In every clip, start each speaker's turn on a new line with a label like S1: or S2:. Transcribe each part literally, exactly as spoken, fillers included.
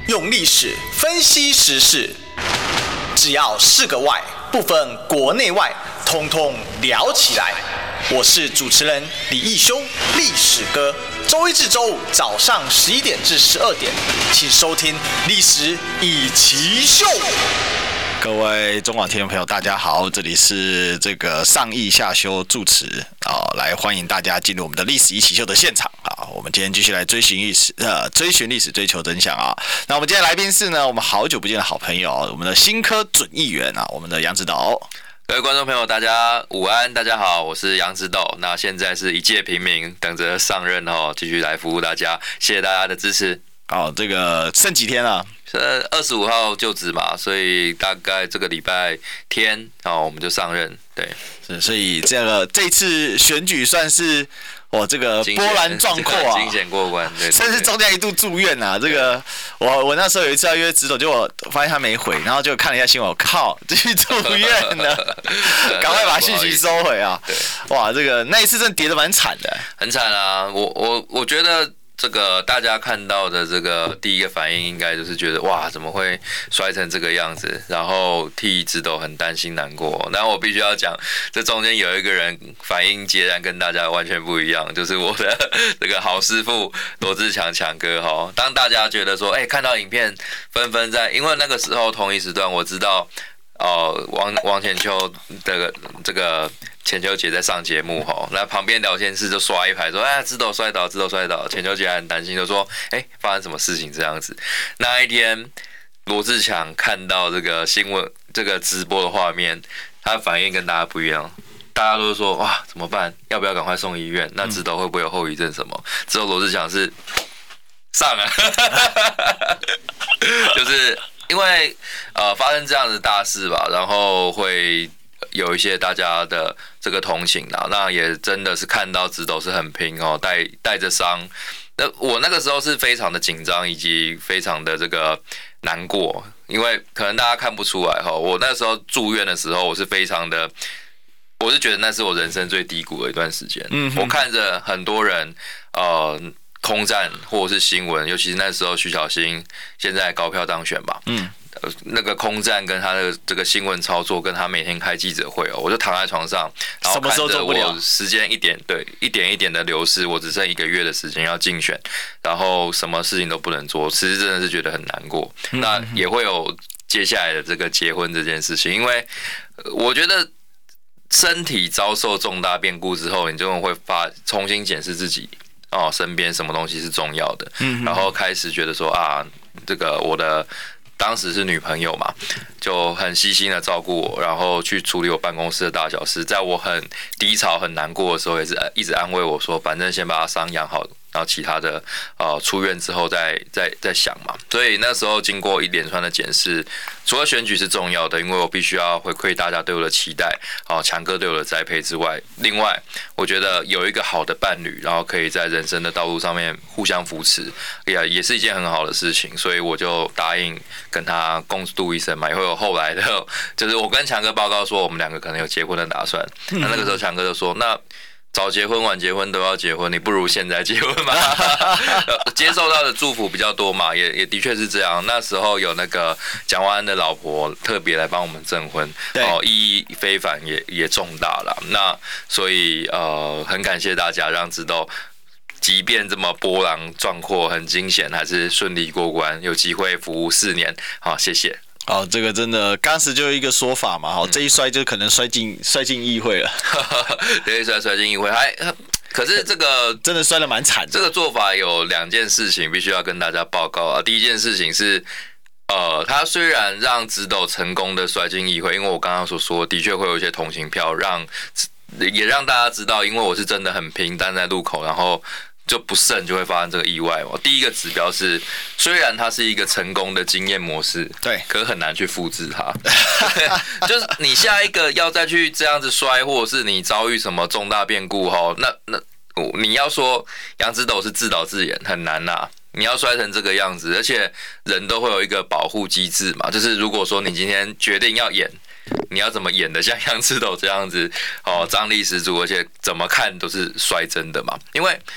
S1: 用历史分析时事，只要是个“外”，不分国内外，通通聊起来。我是主持人李义修，历史哥。周一至周五早上十一点至十二点，请收听《历史一起秀》。
S2: 各位中广听众朋友，大家好，这里是这个上义下修主持啊，来欢迎大家进入我们的历史一起秀的现场啊。我们今天继续来追寻历史，呃，追寻历史，追求真相啊。那我们今天来宾是呢，我们好久不见的好朋友，我们的新科准议员啊，我们的杨指导。
S3: 各位观众朋友，大家午安，大家好，我是杨指导。那现在是一介平民，等着上任哦，继续来服务大家，谢谢大家的支持。
S2: 好，这个剩几天了？
S3: 呃，二十五号就职嘛，所以大概这个礼拜天哦，我们就上任。对，
S2: 是，所以这个这次选举算是我这个波澜壮阔啊，
S3: 惊险过关，对，
S2: 甚至中间一度住院啊。这个我我那时候有一次要约指导，结果我发现他没回，然后就看了一下新闻，我靠，继续住院了，赶快把信息收回啊！哇，这个那一次真的跌得蛮惨的，
S3: 很惨啊！我我我觉得。这个大家看到的这个第一个反应应该就是觉得哇怎么会摔成这个样子，然后替指导很担心难过。但我必须要讲，这中间有一个人反应截然跟大家完全不一样，就是我的这个好师傅罗志强强哥哈。当大家觉得说，哎、欸，看到影片纷纷在，因为那个时候同一时段我知道。哦，王王浅秋的这个浅秋姐在上节目吼，那旁边聊天室就刷一排说，哎，指导摔倒，指导摔倒。浅秋姐还很担心，就说，哎，发生什么事情这样子？那一天，罗志强看到这个新闻这个直播的画面，他的反应跟大家不一样。大家都说，哇，怎么办？要不要赶快送医院？那指导会不会有后遗症什么？之后罗志强是上了，就是。因为呃发生这样的大事吧，然后会有一些大家的这个同情啦，那也真的是看到指导是很拼哦，带带着伤。那我那个时候是非常的紧张，以及非常的这个难过，因为可能大家看不出来哈，我那时候住院的时候，我是非常的，我是觉得那是我人生最低谷的一段时间。嗯，我看着很多人呃。空战或者是新闻，尤其是那时候徐小新现在高票当选吧，嗯，那个空战跟他的这个新闻操作，跟他每天开记者会哦，我就躺在床上，然后看着我时间一点对一点一点的流逝，我只剩一个月的时间要竞选，然后什么事情都不能做，其实真的是觉得很难过。嗯、那也会有接下来的这个结婚这件事情，因为我觉得身体遭受重大变故之后，你就会发重新检视自己。哦，身边什么东西是重要的，嗯、然后开始觉得说啊，这个我的当时是女朋友嘛，就很细心的照顾我，然后去处理我办公室的大小事，在我很低潮、很难过的时候，也是一直安慰我说，反正先把他伤养好。然后其他的呃出院之后再再再想嘛，所以那时候经过一连串的检视，除了选举是重要的，因为我必须要回馈大家对我的期待，哦，强哥对我的栽培之外，另外我觉得有一个好的伴侣，然后可以在人生的道路上面互相扶持，也也是一件很好的事情，所以我就答应跟他共度一生嘛，也会有后来的，就是我跟强哥报告说我们两个可能有结婚的打算，那那个时候强哥就说那。早结婚晚结婚都要结婚，你不如现在结婚嘛。接受到的祝福比较多嘛，也也的确是这样。那时候有那个蒋万安的老婆特别来帮我们证婚，哦，意义非凡也也重大了。那所以呃，很感谢大家让知道，即便这么波澜壮阔、很惊险，还是顺利过关，有机会服务四年。好，谢谢。
S2: 哦，这个真的，当时就有一个说法嘛，哦，这一摔就可能摔进摔进议会了，
S3: 这一摔摔进议会，还可是这个
S2: 真的摔得蛮惨的。
S3: 这个做法有两件事情必须要跟大家报告啊。第一件事情是，呃，他虽然让指导成功的摔进议会，因为我刚刚所说，的确会有一些同情票，让也让大家知道，因为我是真的很拼，站在路口，然后。就不慎就会发生这个意外嘛。第一个指标是，虽然它是一个成功的经验模式，
S2: 对，
S3: 可是很难去复制它。就是你下一个要再去这样子摔，或者是你遭遇什么重大变故哈，那那你要说杨指导是自导自演很难呐、啊。你要摔成这个样子，而且人都会有一个保护机制嘛，就是如果说你今天决定要演。你要怎么演的像杨指导这样子哦，张力十足，而且怎么看都是摔真的嘛？因为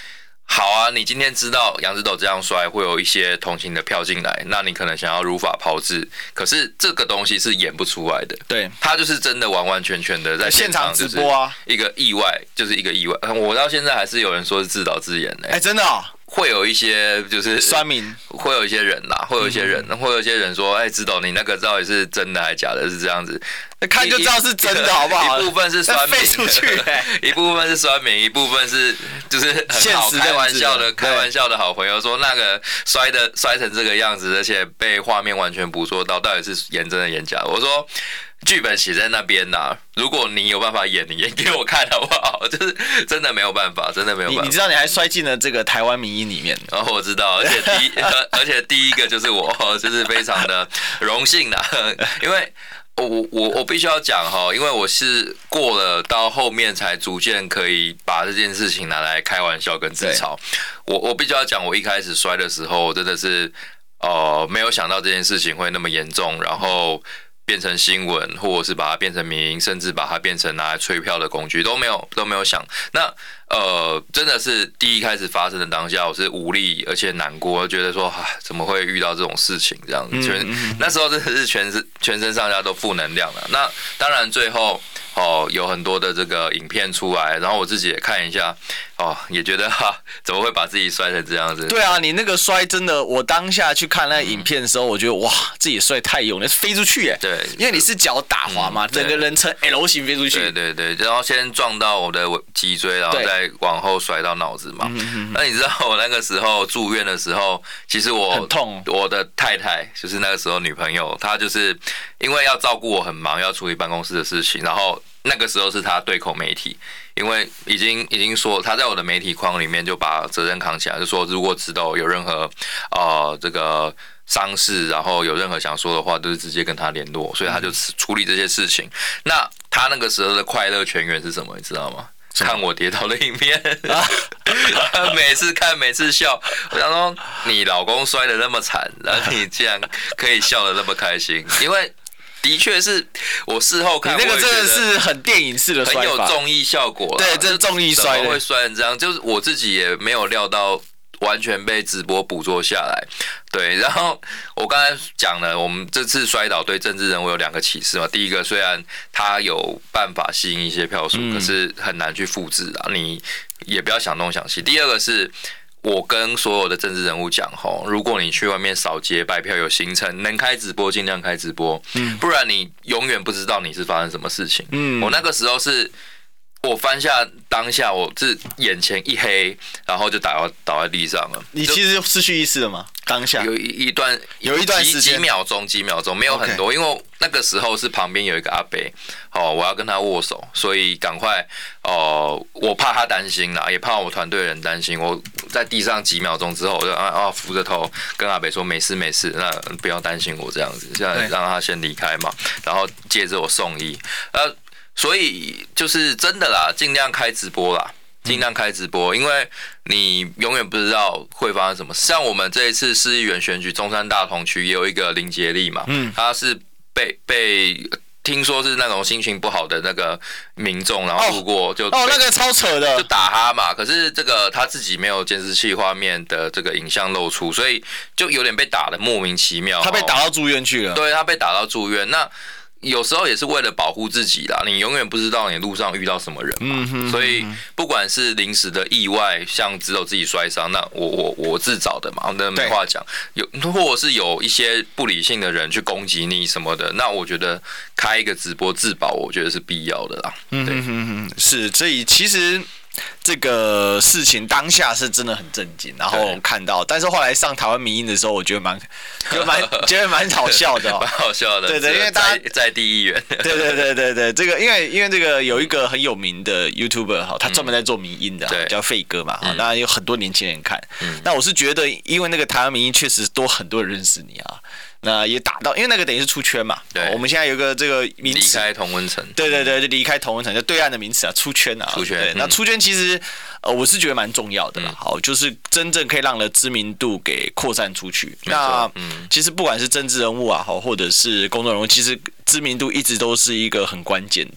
S3: 好啊，你今天知道杨指斗这样摔会有一些同情的票进来，那你可能想要如法炮制，可是这个东西是演不出来的。
S2: 对，
S3: 他就是真的完完全全的在
S2: 现场直播啊，
S3: 一个意外就是一个意外。我到现在还是有人说是自导自演的、欸，
S2: 哎、欸，真的哦。
S3: 会有一些就是
S2: 酸民，
S3: 会有一些人啦，会有一些人，嗯、会有一些人说，哎、欸，指导你那个到底是真的还是假的？是这样子，
S2: 看就知道是真的，好不好？
S3: 一部分是酸民，
S2: 飞出去、欸，
S3: 一部分是酸民，一部分是就是很好开玩笑的，开玩笑的好朋友说那个摔的摔成这个样子，而且被画面完全捕捉到，到底是演真的演假的？我说。剧本写在那边呐、啊，如果你有办法演，你演给我看好不好？就是真的没有办法，真的没有办法。
S2: 你, 你知道你还摔进了这个台湾民音里面，
S3: 然后、哦、我知道，而且第一，而且第一个就是我，就是非常的荣幸啦，因为我我我必须要讲哈，因为我是过了到后面才逐渐可以把这件事情拿来开玩笑跟自嘲。我我必须要讲，我一开始摔的时候真的是呃没有想到这件事情会那么严重，然后。变成新闻，或者是把它变成民营，甚至把它变成拿来催票的工具，都没有都没有想。那呃，真的是第一开始发生的当下，我是无力而且难过，觉得说啊，怎么会遇到这种事情这样子？全那时候真的是全身全身上下都负能量了。那当然最后哦有很多的这个影片出来，然后我自己也看一下，哦也觉得哈、啊，怎么会把自己摔成这样子？
S2: 对啊，你那个摔真的，我当下去看那个影片的时候，我觉得哇，自己摔太勇了，飞出去哎。
S3: 对。
S2: 因为你是脚打滑嘛，嗯、整个人呈 L 型飞出去。
S3: 对对对，然后先撞到我的脊椎，然后再往后摔到脑子嘛。嗯、那你知道我那个时候住院的时候，其实我
S2: 很痛。
S3: 我的太太就是那个时候女朋友，她就是因为要照顾我很忙，要处理办公室的事情，然后那个时候是她对口媒体，因为已经已经说她在我的媒体框里面就把责任扛起来，就说如果指导有任何呃这个。伤势，然后有任何想说的话，都是直接跟他联络，所以他就处理这些事情。那他那个时候的快乐泉源是什么？你知道吗？看我跌倒的影片，啊、每次看，每次笑。我想说，你老公摔得那么惨，然后你竟然可以笑得那么开心，因为的确是我事后看，
S2: 你那个真的是很电影式的摔法，
S3: 很有综艺效果。
S2: 对，这综艺摔
S3: 怎么会摔成这样？就是我自己也没有料到。完全被直播捕捉下来，对。然后我刚才讲了，我们这次摔倒对政治人物有两个启示嘛。第一个，虽然他有办法吸引一些票数，嗯、可是很难去复制啊，你也不要想东想西。第二个是。我跟所有的政治人物讲吼，如果你去外面扫街拜票有行程，能开直播尽量开直播，嗯、不然你永远不知道你是发生什么事情。嗯、我那个时候是。我翻下当下，我是眼前一黑，然后就倒到倒在地上了。
S2: 你其实失去意识了吗？当下
S3: 有一段
S2: 有一段时间
S3: 几秒钟，几秒钟没有很多， okay. 因为那个时候是旁边有一个阿伯，哦，我要跟他握手，所以赶快哦，我怕他担心啦，也怕我团队的人担心。我在地上几秒钟之后，我就啊啊扶着头跟阿伯说没事没事，那不要担心我这样子，这样让他先离开嘛，然后接着我送医。呃。所以就是真的啦，尽量开直播啦，尽量开直播，因为你永远不知道会发生什么。像我们这一次市议员选举，中山大同区也有一个林杰利嘛，嗯，他是被被听说是那种心情不好的那个民众，然后路过就
S2: 哦，那个超扯的，
S3: 就打他嘛。可是这个他自己没有监视器画面的这个影像露出，所以就有点被打得莫名其妙。
S2: 他被打到住院去了，
S3: 对他被打到住院那。有时候也是为了保护自己啦，你永远不知道你路上遇到什么人嘛，嗯、哼哼所以不管是临时的意外，像只有自己摔伤，那我我我自找的嘛，那没话讲。有或者是有一些不理性的人去攻击你什么的，那我觉得开一个直播自保，我觉得是必要的啦。对，嗯、哼哼
S2: 是，所以其实。这个事情当下是真的很震惊，然后看到，但是后来上台湾民音的时候，我觉得蛮，觉得蛮，觉得蛮好笑的、哦，
S3: 蛮好笑的。
S2: 对对，因为大家
S3: 在地议员，
S2: 对对对对对，这个因为因为这个有一个很有名的 YouTuber 哈，他专门在做民音的，嗯、叫费哥嘛，嗯、那有很多年轻人看。嗯、那我是觉得，因为那个台湾民音确实多很多人认识你啊。那也打到，因为那个等于是出圈嘛。对，我们现在有一个这个名词，
S3: 离开同温层。
S2: 对对对，就离开同温层，就对岸的名词啊，出圈啊。
S3: 出圈。
S2: 对，
S3: 嗯、
S2: 那出圈其实，呃，我是觉得蛮重要的啦。嗯、好，就是真正可以让了知名度给扩散出去。那，嗯、其实不管是政治人物啊，好，或者是公众人物，其实知名度一直都是一个很关键的。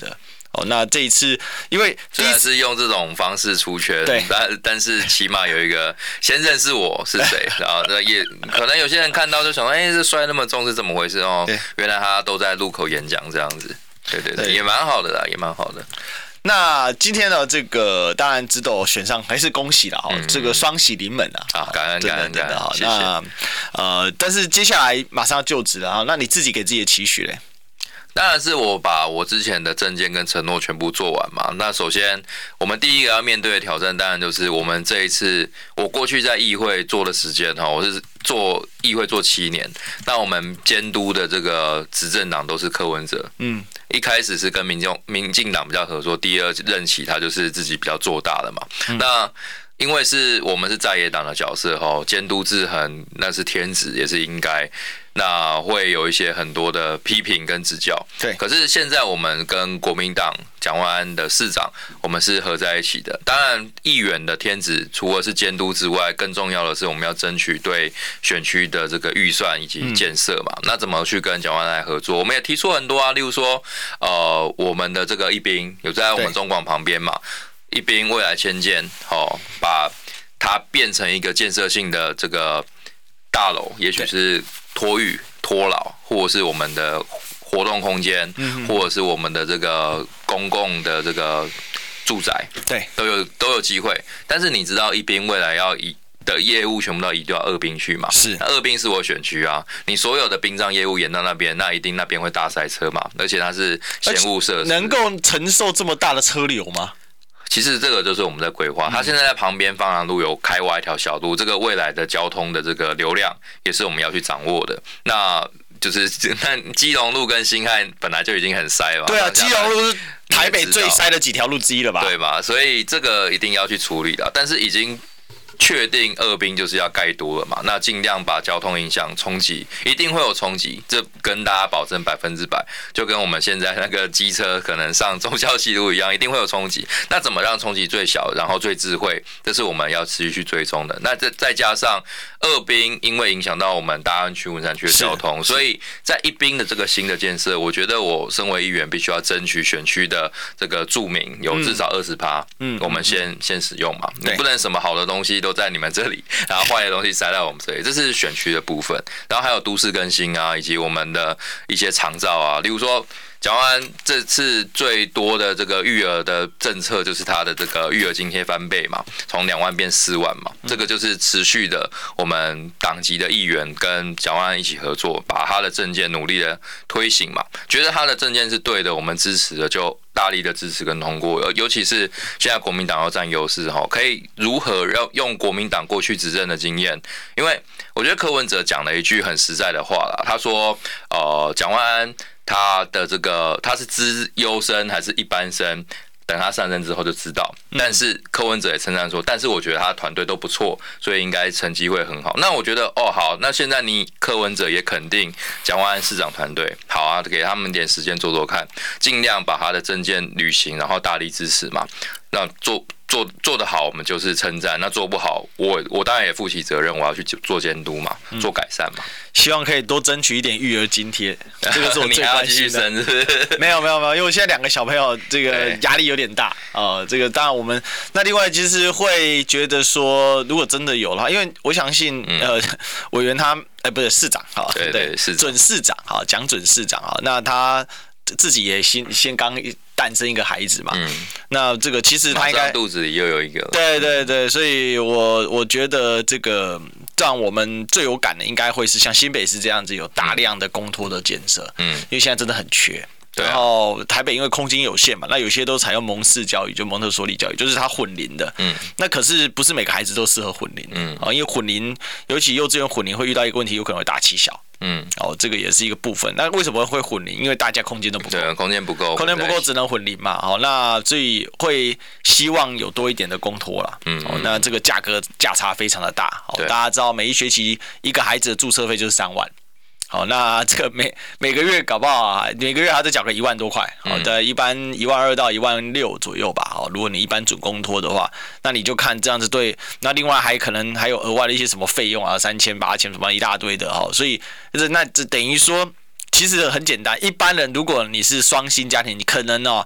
S2: 哦，那这一次因为
S3: 虽然是用这种方式出圈，
S2: 对，
S3: 但但是起码有一个先认识我是谁，然后也可能有些人看到就想，哎、欸，这摔那么重是怎么回事哦？原来他都在路口演讲这样子，对对 对, 对，也蛮好的啦，也蛮好的。
S2: 那今天的这个当然直斗选上还是恭喜了哈、嗯，这个双喜临门啊，
S3: 啊，感恩感恩感恩，谢谢。
S2: 那呃，但是接下来马上要就职了啊，那你自己给自己的期许嘞？
S3: 当然是我把我之前的政见跟承诺全部做完嘛。那首先，我们第一个要面对的挑战，当然就是我们这一次，我过去在议会做的时间哈，我是做议会做七年。那我们监督的这个执政党都是柯文哲，嗯，一开始是跟民众民进党比较合作，第二任期他就是自己比较做大的嘛。嗯、那因为是我们是在野党的角色哈，监督制衡那是天职，也是应该。那会有一些很多的批评跟指教，
S2: 对。
S3: 可是现在我们跟国民党蒋万安的市长，我们是合在一起的。当然，议员的天职除了是监督之外，更重要的是我们要争取对选区的这个预算以及建设嘛、嗯。那怎么去跟蒋万安来合作？我们也提出很多啊，例如说，呃，我们的这个一兵有在我们中广旁边嘛，一兵未来迁建，哦，把它变成一个建设性的这个大楼，也许是托育、托老，或者是我们的活动空间，嗯、或者是我们的这个公共的这个住宅，
S2: 对，
S3: 都有都有机会。但是你知道，一兵未来要移的业务全部都移到二兵去嘛？
S2: 是，
S3: 二兵是我选区啊，你所有的殡葬业务延到那边，那一定那边会大塞车嘛，而且它是嫌恶设施，
S2: 能够承受这么大的车流吗？
S3: 其实这个就是我们在规划，它现在在旁边方廊路有开挖一条小路，这个未来的交通的这个流量也是我们要去掌握的。那就是那基隆路跟辛亥本来就已经很塞了，
S2: 对啊，基隆路是台北最塞的几条路之一了吧？
S3: 对吧？所以这个一定要去处理的，但是已经确定二兵就是要盖多了嘛，那尽量把交通影响冲击，一定会有冲击，这跟大家保证百分之百，就跟我们现在那个机车可能上忠孝西路一样，一定会有冲击。那怎么让冲击最小，然后最智慧，这是我们要持续去追踪的。那再再加上二兵，因为影响到我们大安区、文山区的交通，所以在一兵的这个新的建设，我觉得我身为议员，必须要争取选区的这个住民有至少二十趴，嗯，我们先先使用嘛，你不能什么好的东西都在你们这里，然后坏的东西塞在我们这里，这是选区的部分。然后还有都市更新啊，以及我们的一些长照啊，例如说蒋万安这次最多的这个育儿的政策，就是他的这个育儿津贴翻倍嘛，从两万变四万嘛，这个就是持续的我们党籍的议员跟蒋万安一起合作，把他的政见努力的推行嘛，觉得他的政见是对的，我们支持的就大力的支持跟通过，尤其是现在国民党要占优势哈，可以如何要用国民党过去执政的经验？因为我觉得柯文哲讲了一句很实在的话啦，他说，呃，蒋万安他的这个他是资优生还是一般生？等他上任之后就知道。但是柯文哲也称赞说，但是我觉得他的团队都不错，所以应该成绩会很好。那我觉得哦好，那现在你柯文哲也肯定蒋万安市长团队，好啊，给他们点时间做做看，尽量把他的政见履行，然后大力支持嘛。那做做做得好，我们就是称赞；那做不好，我我当然也负起责任，我要去做监督嘛，做改善嘛。
S2: 希望可以多争取一点育儿津贴，这个是我最关心的。
S3: 是是
S2: 没有没有没有，因为我现在两个小朋友，这个压力有点大啊、呃。这个当然我们那另外就是会觉得说，如果真的有的话，因为我相信、嗯、呃委员他呃不是市长哈，
S3: 对对是
S2: 准市长哈，蒋准市长啊，那他自己也先先刚诞生一个孩子嘛，嗯，那这个其实他应该
S3: 肚子里又有一个，
S2: 对对对，所以我我觉得这个让我们最有感的，应该会是像新北市这样子有大量的公托的建设，嗯，因为现在真的很缺。然后台北因为空间有限嘛，那有些都采用蒙氏教育，就蒙特梭利教育，就是它混龄的。嗯，那可是不是每个孩子都适合混龄。嗯，啊，因为混龄，尤其幼稚园混龄会遇到一个问题，有可能会大欺小。嗯，哦，这个也是一个部分。那为什么会混龄？因为大家空间都不够，
S3: 对，空间不够，
S2: 空间不够只能混龄嘛。好，那所以会希望有多一点的公托啦。嗯，哦，那这个价格价差非常的大。哦，大家知道每一学期一个孩子的注册费就是三万。好，那这个每每个月搞不好啊，每个月还得缴个一万多块，好的，一般一万二到一万六左右吧。好，如果你一般准公托的话，那你就看这样子对。那另外还可能还有额外的一些什么费用啊，三千八千什么一大堆的哈。所以就是那这等于说，其实很简单。一般人如果你是双薪家庭，你可能哦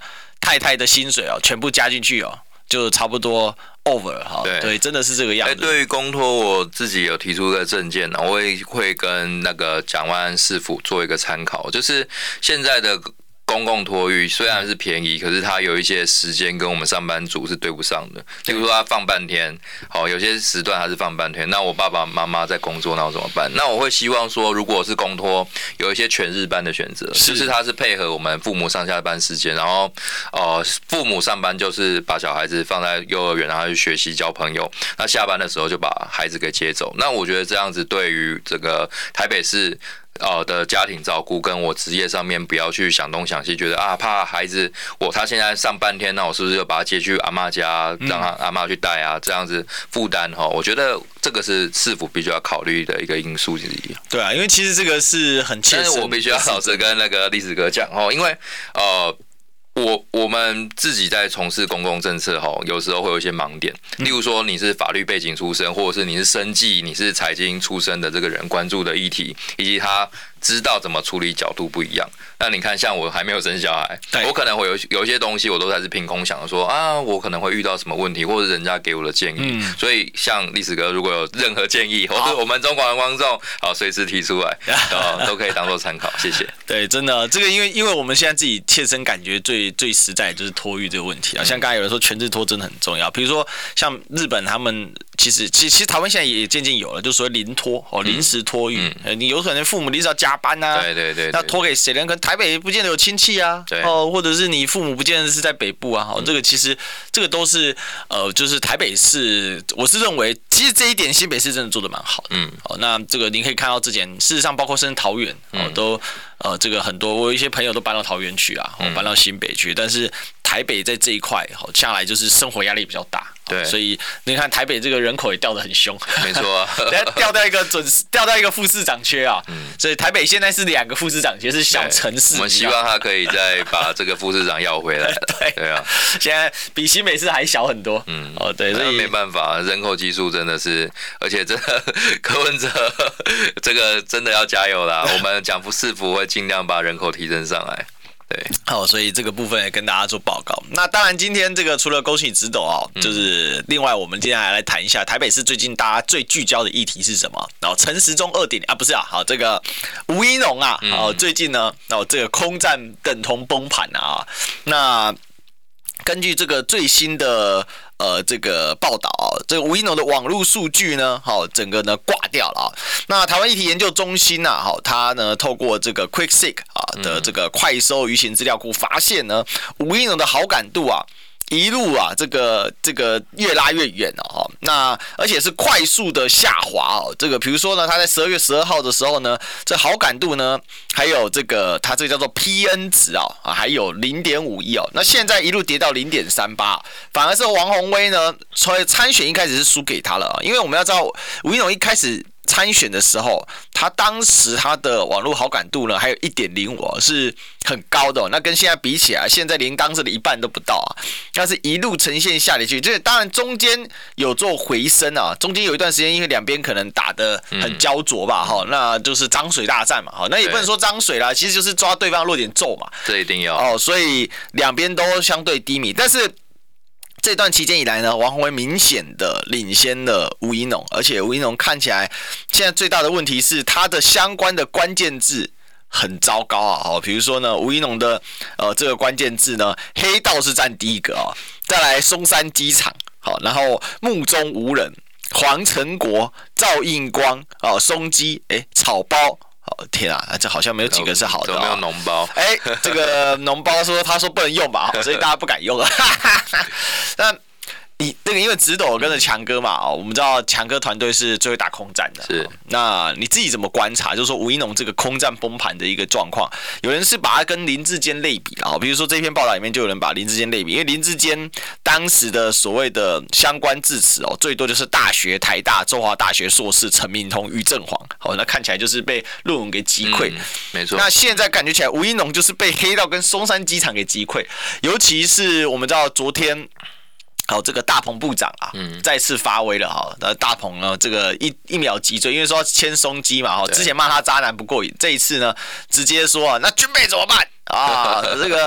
S2: 太太的薪水哦，全部加进去哦，就差不多 over 哈。对, 对，真的是这个样子。
S3: 对于公托，我自己有提出一个政见呢，我也会跟那个蒋万安市府做一个参考，就是现在的公共托育虽然是便宜，可是它有一些时间跟我们上班族是对不上的。例如说，它放半天，好，有些时段它是放半天，那我爸爸妈妈在工作，那我怎么办？那我会希望说，如果是公托，有一些全日班的选择，就是它是配合我们父母上下班时间，然后呃，父母上班就是把小孩子放在幼儿园，然后去学习交朋友，那下班的时候就把孩子给接走。那我觉得这样子对于这个台北市。呃的家庭照顾跟我职业上面不要去想东想西，觉得啊怕孩子我他现在上半天，那我是不是就把他接去阿嬷家，让他阿嬷去带啊？这样子负担哈，我觉得这个是市府必须要考虑的一个因素之一。
S2: 对啊，因为其实这个是很切身，
S3: 但是我必须要老实跟那个历史哥讲哦，因为呃。我我们自己在从事公共政策吼，有时候会有一些盲点，例如说你是法律背景出身，或者是你是生技、你是财经出身的这个人关注的议题，以及他知道怎么处理角度不一样。那你看，像我还没有生小孩，我可能会有有一些东西，我都还是凭空想说啊，我可能会遇到什么问题，或者人家给我的建议。嗯、所以，像历史哥如果有任何建议，或者我们中广的观众，好随时提出来，啊，都可以当做参考。谢谢。
S2: 对，真的，这个因为因为我们现在自己切身感觉最最实在就是托育这个问题啊。像刚才有人说全日托真的很重要，比如说像日本他们其实其实其实台湾现在也渐渐有了，就所谓临托哦，临时托育。嗯嗯、你有可能父母临时要加班啊，
S3: 对对 对, 对，
S2: 那托给谁呢？可能台北不见得有亲戚啊，哦，或者是你父母不见得是在北部啊，哦，这个其实这个都是呃，就是台北市，我是认为其实这一点新北市真的做得蛮好的。嗯，哦，那这个您可以看到之前事实上包括甚至桃园哦都。呃，这个很多，我有一些朋友都搬到桃园去啊，哦、搬到新北去，但是台北在这一块，好下来就是生活压力比较大，
S3: 对，
S2: 所以你看台北这个人口也掉得很凶，
S3: 没错、啊，
S2: 掉到一个准掉到一个副市长缺啊，嗯、所以台北现在是两个副市长缺，是小城市。
S3: 我们希望他可以再把这个副市长要回来
S2: 对
S3: 对啊，
S2: 现在比新北市还小很多，嗯，哦对，所以
S3: 没办法，人口基数真的是，而且真的柯文哲这个真的要加油啦，我们讲市府会尽量把人口提升上来。对，
S2: 好，所以这个部分也跟大家做报告。那当然，今天这个除了恭喜直斗哦，就是另外我们接下来来谈一下台北市最近大家最聚焦的议题是什么？然后陈时中二点零啊，不是啊，好，这个吴怡农啊，好，最近呢，哦，这个空战等同崩盘啊，那。根据这个最新的呃这个报道啊，这个吴怡农的网络数据呢，好整个呢挂掉了啊。那台湾议题研究中心呐、啊，好，它呢透过这个 QuickSeek 啊的这个快搜舆情资料库，发现呢吴怡农的好感度啊。一路啊，这个这个越拉越远哦，那而且是快速的下滑哦。这个比如说呢，他在十二月十二号的时候呢，这好感度呢，还有这个他这个叫做 P N 值哦，啊，还有零点五一哦。那现在一路跌到零点三八，反而是王宏威呢，所以参选一开始是输给他了啊，因为我们要知道吴怡农一开始。参选的时候，他当时他的网络好感度呢，还有 一点零五 是很高的、哦。那跟现在比起来，现在连当时的一半都不到啊。那是一路呈现下跌去，这当然中间有做回升啊。中间有一段时间，因为两边可能打得很焦灼吧，哈、嗯，那就是脏水大战嘛，哈，那也不能说脏水啦，其实就是抓对方弱点揍嘛。
S3: 这一定要
S2: 哦，所以两边都相对低迷，但是。这段期间以来呢，王宏威明显的领先了吴怡农，而且吴怡农看起来现在最大的问题是他的相关的关键字很糟糕啊！哦，比如说呢，吴怡农的呃这个关键字呢，黑道是占第一个啊、哦，再来松山机场，好，然后目中无人，黄成国、赵应光，哦，松基，哎，草包。哦天啊，这好像没有几个是好的、哦。
S3: 有没有脓包？
S2: 哎、欸，这个脓包说他说不能用吧，所以大家不敢用了。那你那个因为直斗跟着强哥嘛，我们知道强哥团队是最会打空战的。
S3: 是，
S2: 那你自己怎么观察？就是说吴怡农这个空战崩盘的一个状况，有人是把它跟林智坚类比啊，比如说这篇报道里面就有人把林智坚类比，因为林智坚当时的所谓的相关字词哦，最多就是大学、台大、中华大学硕士陈明通、于正煌，好，那看起来就是被论文给击溃、嗯，
S3: 没错。
S2: 那现在感觉起来吴怡农就是被黑道跟松山机场给击溃，尤其是我们知道昨天。好，这个大鹏部长啊，嗯、再次发威了哈。那大鹏呢，这个一一秒击坠，因为说要签松基嘛，哈，之前骂他渣男不过瘾，这一次呢，直接说啊，那军备怎么办啊？这个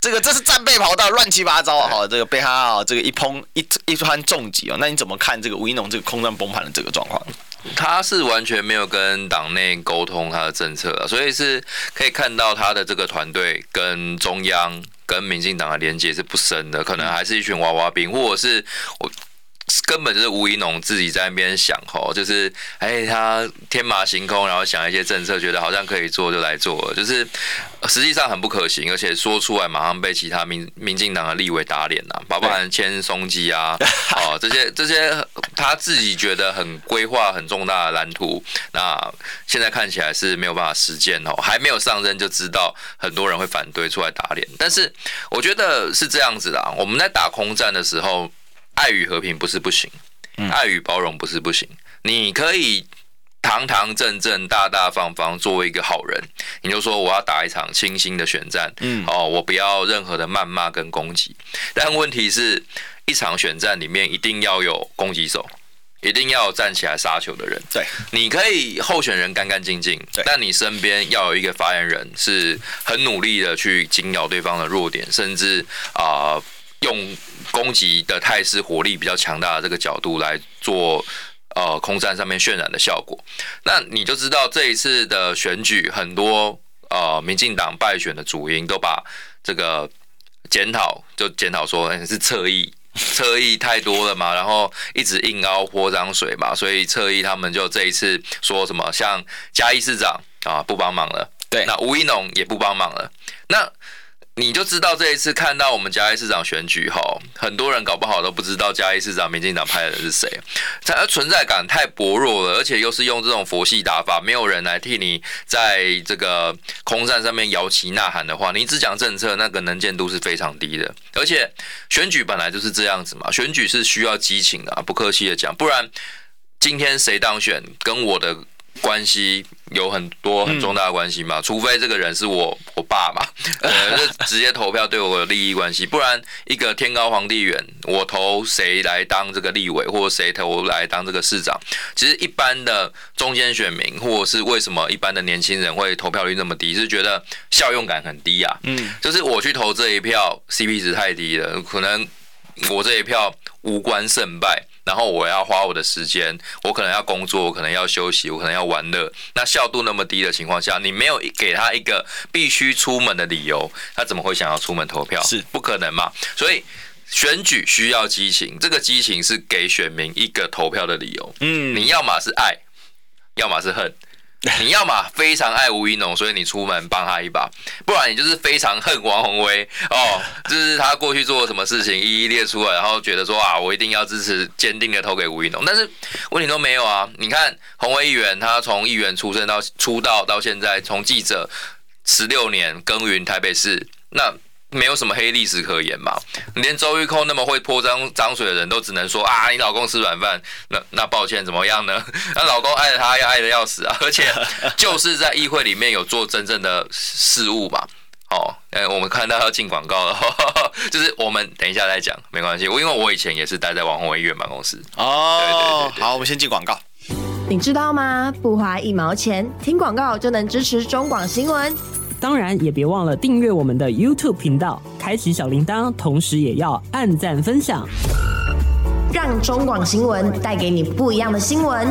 S2: 这个这是战备跑道，乱七八糟哈，这个被他啊这个一抨一一番重击哦。那你怎么看这个吴怡农这个空战崩盘的这个状况？
S3: 他是完全没有跟党内沟通他的政策，所以是可以看到他的这个团队跟中央跟民进党的连结是不深的，可能还是一群娃娃兵，或者是我。根本就是吴怡农自己在那边想吼，就是哎他天马行空，然后想一些政策，觉得好像可以做就来做了，就是实际上很不可行，而且说出来马上被其他民民进党的立委打脸啊，包含签松基啊，哦这些这些他自己觉得很规划很重大的蓝图，那现在看起来是没有办法实践哦，还没有上任就知道很多人会反对出来打脸，但是我觉得是这样子啦，我们在打空战的时候。爱与和平不是不行，爱与包容不是不行。你可以堂堂正正、大大方方作为一个好人，你就说我要打一场清新的选战，嗯，哦，我不要任何的谩骂跟攻击。但问题是，一场选战里面一定要有攻击手。一定要有站起来杀球的人。
S2: 对，
S3: 你可以候选人干干净净，但你身边要有一个发言人，是很努力的去紧咬对方的弱点，甚至啊。呃用攻击的态势、火力比较强大的这个角度来做呃空战上面渲染的效果，那你就知道这一次的选举，很多呃民进党败选的主因都把这个检讨就检讨说、欸、是侧翼，侧翼太多了嘛，然后一直硬凹泼脏水嘛，所以侧翼他们就这一次说什么像嘉义市长啊不帮忙了，
S2: 对，
S3: 那吴怡农也不帮忙了，那。你就知道这一次看到我们嘉义市长选举后，很多人搞不好都不知道嘉义市长民进党派的人是谁，他存在感太薄弱了，而且又是用这种佛系打法，没有人来替你在这个空战上面摇旗呐喊的话，你只讲政策，那个能见度是非常低的。而且选举本来就是这样子嘛，选举是需要激情的、啊，不客气的讲，不然今天谁当选跟我的。关系有很多很重大的关系嘛，嗯、除非这个人是我我爸嘛，呃，就直接投票对我有利益关系，不然一个天高皇帝远，我投谁来当这个立委，或者谁投来当这个市长，其实一般的中间选民，或者是为什么一般的年轻人会投票率那么低，是觉得效用感很低啊，嗯，就是我去投这一票 C P 值太低了，可能我这一票无关胜败。然后我要花我的时间，我可能要工作，我可能要休息，我可能要玩乐。那效度那么低的情况下，你没有给他一个必须出门的理由，他怎么会想要出门投票？是不可能嘛？所以选举需要激情，这个激情是给选民一个投票的理由。嗯，你要么是爱，要么是恨。你要嘛非常爱吴怡农，所以你出门帮他一把，不然你就是非常恨王宏威哦，就是他过去做了什么事情一一列出来，然后觉得说啊，我一定要支持，坚定的投给吴怡农。但是问题都没有啊！你看宏威议员，他从议员出身到出道到现在，从记者十六年耕耘台北市，那。没有什么黑历史可言嘛，连周玉蔻那么会泼脏脏水的人都只能说啊，你老公吃软饭，那那抱歉怎么样呢？那老公爱他要爱的要死啊，而且就是在议会里面有做真正的事务嘛。哦，呃，我们看到要进广告了，呵呵，就是我们等一下再讲，没关系，因为我以前也是待在王宏威议员办公室。
S2: 哦，对对 对, 对，好，我们先进广告。
S4: 你知道吗？不花一毛钱，听广告就能支持中广新闻。
S5: 当然也别忘了订阅我们的 YouTube 频道，开启小铃铛，同时也要按赞分享，
S4: 让中广新闻带给你不一样的新闻。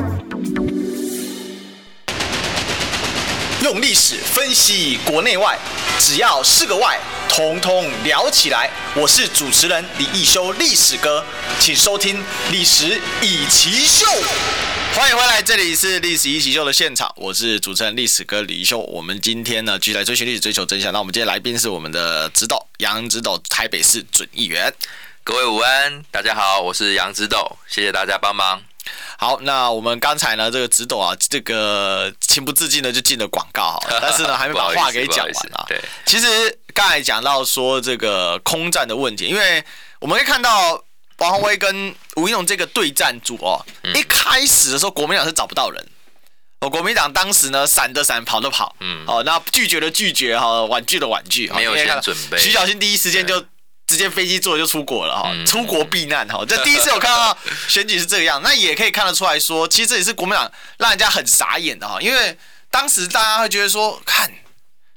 S1: 用历史分析国内外，只要是个“外”，统统聊起来。我是主持人李义修，历史哥，请收听《历史一起秀》。
S2: 欢迎回来，这里是历史一起秀的现场，我是主持人历史哥李修。我们今天呢，继续来追寻历史，追求真相。那我们今天来宾是我们的指导杨指导，台北市准议员。
S3: 各位午安，大家好，我是杨指导，谢谢大家帮忙。
S2: 好，那我们刚才呢，这个指导啊，这个情不自禁的就进了广告，但是呢，还没把话给讲完啊。对，其实刚才讲到说这个空战的问题，因为我们可以看到。王宏威跟吴怡农这个对战组哦，嗯、一开始的时候国民党是找不到人，哦，国民党当时呢闪的闪，跑的跑，嗯，哦，那拒绝的拒绝哈，婉拒的婉拒，
S3: 没有先准备。
S2: 徐小新第一时间就直接飞机坐就出国了哈，嗯、出国避难哈，这第一次有看到选举是这个样，那也可以看得出来说，其实这也是国民党让人家很傻眼的哈，因为当时大家会觉得说，看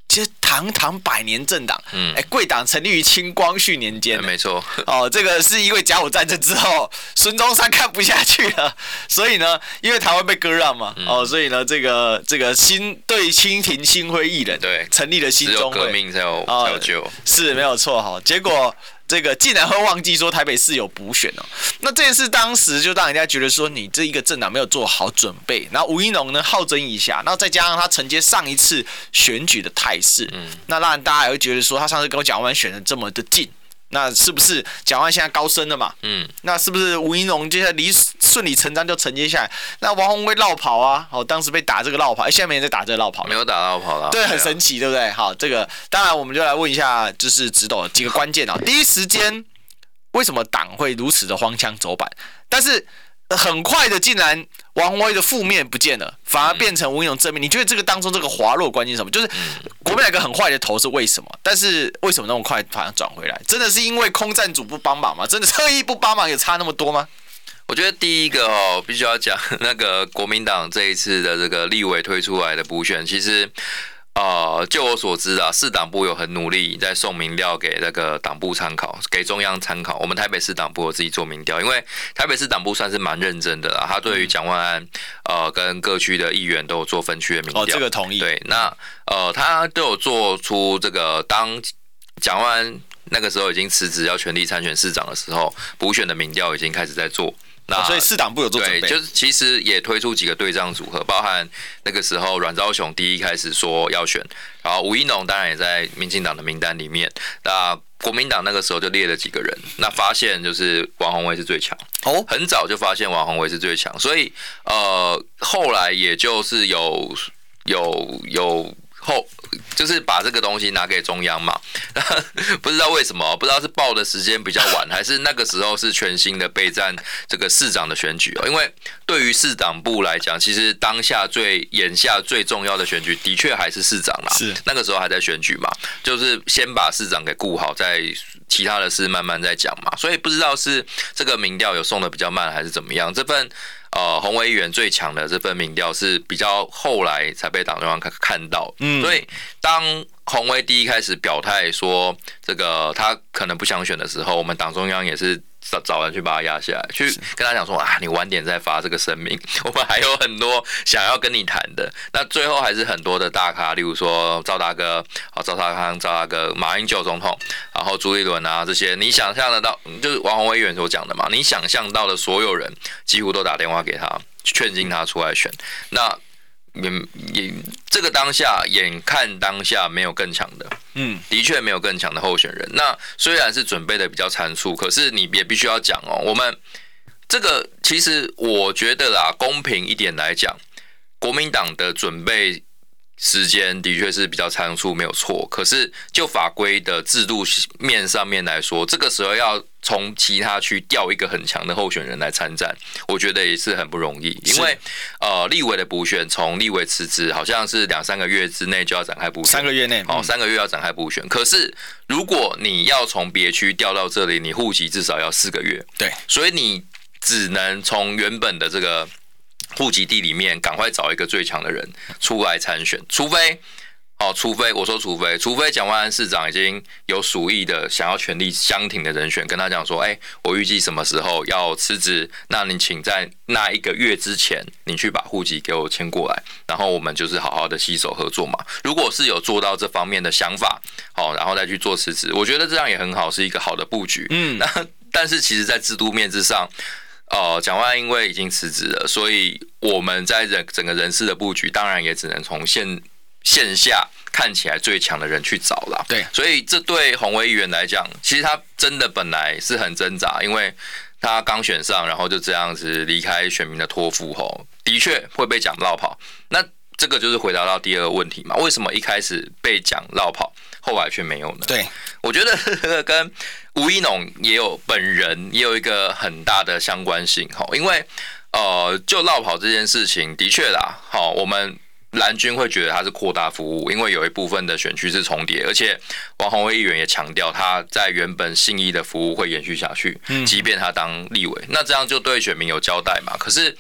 S2: 其实堂堂百年政党，
S3: 嗯，
S2: 哎，贵党成立于清光绪年间，
S3: 没错。
S2: 哦，这个是因为甲午战争之后，孙中山看不下去了，所以呢，因为台湾被割让嘛，嗯、哦，所以呢，这个这个新对清廷心灰意冷，
S3: 对，
S2: 成立了新中会，
S3: 革命才有、哦、才有救，
S2: 是没有错哈。结果这个竟然会忘记说台北市有补选哦，那这件事当时就让人家觉得说你这一个政党没有做好准备，然后吴怡农呢好整以暇，然后再加上他承接上一次选举的态势，嗯，那让大家也会觉得说他上次跟我蒋万安选的这么的近。那是不是蒋万安现在高升了嘛？嗯，那是不是吴怡农接下来理顺理成章就承接下来？那王宏威落跑啊，哦，当时被打这个落跑，哎，现在没人在打这个落跑，
S3: 没有打落跑了，
S2: 对，很神奇，对不对？好，这个当然我们就来问一下，就是指导几个关键啊。第一时间，为什么党会如此的荒腔走板？但是很快的，竟然王宏威的负面不见了，反而变成吴怡农正面。你觉得这个当中这个滑落关键是什么？就是国民党一个很坏的头是为什么？但是为什么那么快反而转回来？真的是因为空战组不帮忙吗？真的特意不帮忙有差那么多吗？
S3: 我觉得第一个哦，必须要讲那个国民党这一次的这个立委推出来的补选，其实。呃，就我所知啊，市党部有很努力在送民调给那个党部参考，给中央参考。我们台北市党部有自己做民调，因为台北市党部算是蛮认真的啦，他对于蒋万安呃跟各区的议员都有做分区的民调。
S2: 哦，这个同意。
S3: 对，那呃他都有做出这个当蒋万安那个时候已经辞职要全力参选市长的时候，补选的民调已经开始在做。那、
S2: 哦、所以市党部有做准备，
S3: 对，就是其实也推出几个对仗组合，包含那个时候阮昭雄第一开始说要选，然后吴怡农当然也在民进党的名单里面。那国民党那个时候就列了几个人，那发现就是王宏威是最强，哦，很早就发现王宏威是最强，所以呃后来也就是有有有。后就是把这个东西拿给中央嘛，不知道为什么，不知道是报的时间比较晚，还是那个时候是全新的备战这个市长的选举哦。因为对于市党部来讲，其实当下最眼下最重要的选举，的确还是市长啦。
S2: 是那
S3: 个时候还在选举嘛，就是先把市长给顾好，再其他的事慢慢再讲嘛。所以不知道是这个民调有送的比较慢，还是怎么样。这份。呃，洪为议员最强的这份民调是比较后来才被党中央看到，嗯，所以当洪为第一开始表态说这个他可能不想选的时候，我们党中央也是找找人去把他压下来，去跟他讲说啊，你晚点再发这个声明，我们还有很多想要跟你谈的。那最后还是很多的大咖，例如说赵大哥、啊赵少康、赵大哥、马英九总统，然后朱立伦啊这些，你想象得到，就是王宏威议员所讲的嘛，你想象到的所有人几乎都打电话给他，劝进他出来选。那也也这个当下，眼看当下没有更强的，嗯，的确没有更强的候选人。那虽然是准备的比较仓促，可是你也必须要讲哦，我们这个其实我觉得啦，公平一点来讲，国民党的准备时间的确是比较仓促，没有错。可是就法规的制度面上面来说，这个时候要从其他区调一个很强的候选人来参战，我觉得也是很不容易。因为呃，立委的补选从立委辞职，好像是两三个月之内就要展开补选，
S2: 三个月内，
S3: 哦，三个月要展开补选。可是如果你要从别区调到这里，你户籍至少要四个月，
S2: 对，
S3: 所以你只能从原本的这个户籍地里面赶快找一个最强的人出来参选，除非。哦，除非我说，除非除非蒋万安市长已经有属意的想要全力相挺的人选，跟他讲说，哎、欸，我预计什么时候要辞职，那你请在那一个月之前，你去把户籍给我迁过来，然后我们就是好好的携手合作嘛。如果是有做到这方面的想法，好，然后再去做辞职，我觉得这样也很好，是一个好的布局。嗯，那但是其实，在制度面之上。呃，蒋万安因为已经辞职了，所以我们在人整个人事的布局，当然也只能从线线下看起来最强的人去找啦。
S2: 对，
S3: 所以这对洪为议员来讲，其实他真的本来是很挣扎，因为他刚选上，然后就这样子离开选民的托付后，的确会被讲落跑。那这个就是回答到第二个问题嘛，为什么一开始被讲落跑，后来却没有呢？
S2: 对，我
S3: 觉得这个跟吴怡农也有本人也有一个很大的相关性哈，因为呃，就落跑这件事情，的确啦，好，我们蓝军会觉得它是扩大服务，因为有一部分的选区是重叠，而且王宏威议员也强调他在原本信义的服务会延续下去，即便他当立委，那这样就对选民有交代嘛。可是